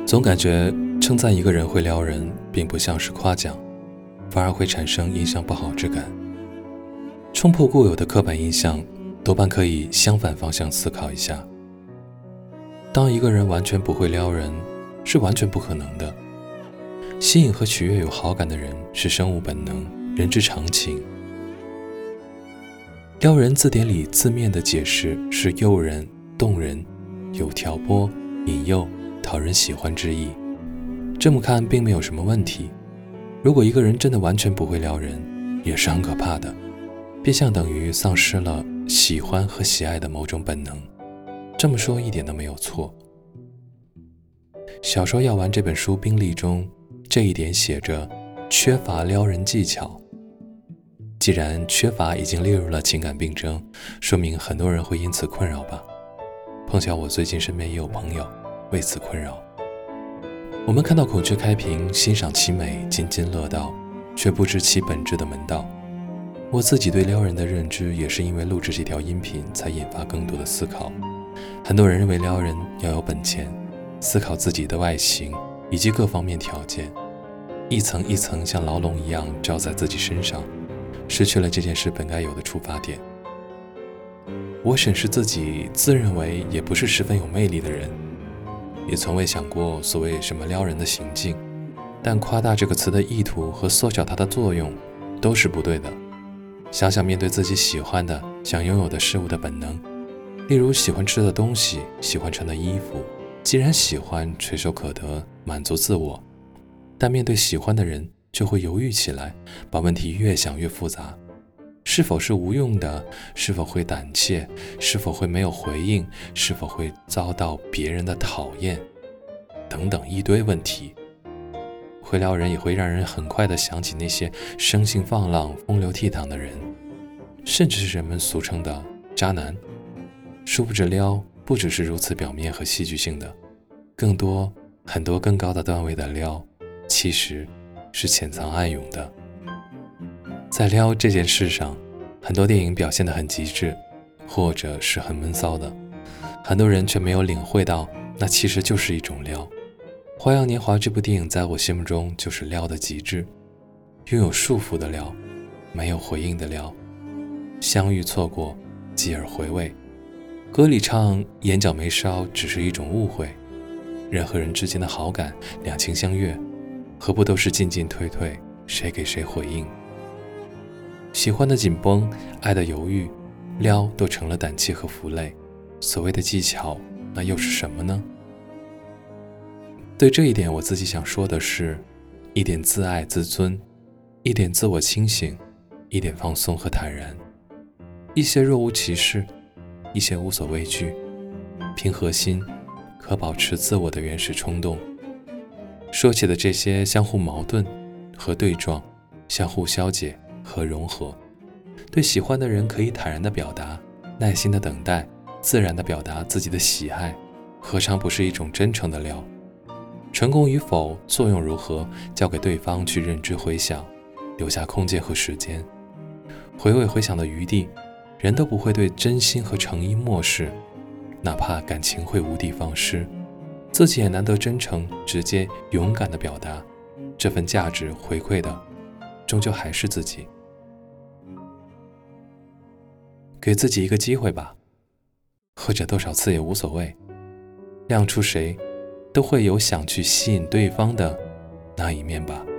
总感觉称赞一个人会撩人，并不像是夸奖，反而会产生印象不好之感。冲破固有的刻板印象，多半可以相反方向思考一下。当一个人完全不会撩人，是完全不可能的。吸引和取悦有好感的人是生物本能，人之常情。撩人字典里字面的解释是诱人、动人，有挑拨、引诱、讨人喜欢之意。这么看并没有什么问题。如果一个人真的完全不会撩人，也是很可怕的，变相等于丧失了喜欢和喜爱的某种本能。这么说一点都没有错。小说《药丸》这本书兵例中，这一点写着缺乏撩人技巧。既然缺乏已经列入了情感病症，说明很多人会因此困扰吧。碰巧我最近身边也有朋友为此困扰。我们看到孔雀开屏，欣赏其美，津津乐道，却不知其本质的门道。我自己对撩人的认知也是因为录制这条音频才引发更多的思考。很多人认为撩人要有本钱，思考自己的外形以及各方面条件，一层一层像牢笼一样罩在自己身上，失去了这件事本该有的出发点。我审视自己，自认为也不是十分有魅力的人，也从未想过所谓什么撩人的行径，但夸大这个词的意图和缩小它的作用都是不对的。想想面对自己喜欢的、想拥有的事物的本能，例如喜欢吃的东西，喜欢穿的衣服，既然喜欢，垂手可得，满足自我，但面对喜欢的人就会犹豫起来，把问题越想越复杂。是否是无用的？是否会胆怯？是否会没有回应？是否会遭到别人的讨厌？等等一堆问题。会撩人也会让人很快地想起那些生性放浪、风流倜傥的人，甚至是人们俗称的渣男。殊不知撩不只是如此表面和戏剧性的，很多更高的段位的撩，其实是潜藏暗涌的。在撩这件事上，很多电影表现得很极致，或者是很闷骚的，很多人却没有领会到那其实就是一种撩。《花样年华》这部电影在我心目中就是撩的极致，拥有束缚的撩，没有回应的撩，相遇错过，继而回味。歌里唱眼角眉梢只是一种误会，人和人之间的好感两情相悦，何不都是进进退退，谁给谁回应？喜欢的紧绷，爱的犹豫，撩都成了胆怯和负累。所谓的技巧，那又是什么呢？对这一点，我自己想说的是，一点自爱自尊，一点自我清醒，一点放松和坦然，一些若无其事，一些无所畏惧，平和心，可保持自我的原始冲动。说起的这些相互矛盾和对撞，相互消解和融合，对喜欢的人可以坦然地表达，耐心地等待，自然地表达自己的喜爱，何尝不是一种真诚的撩？成功与否，作用如何，交给对方去认知回想，留下空间和时间，回味回想的余地，人都不会对真心和诚意漠视，哪怕感情会无的放矢，自己也难得真诚、直接、勇敢地表达，这份价值回馈的，终究还是自己。给自己一个机会吧，或者多少次也无所谓，亮出谁都会有想去吸引对方的那一面吧。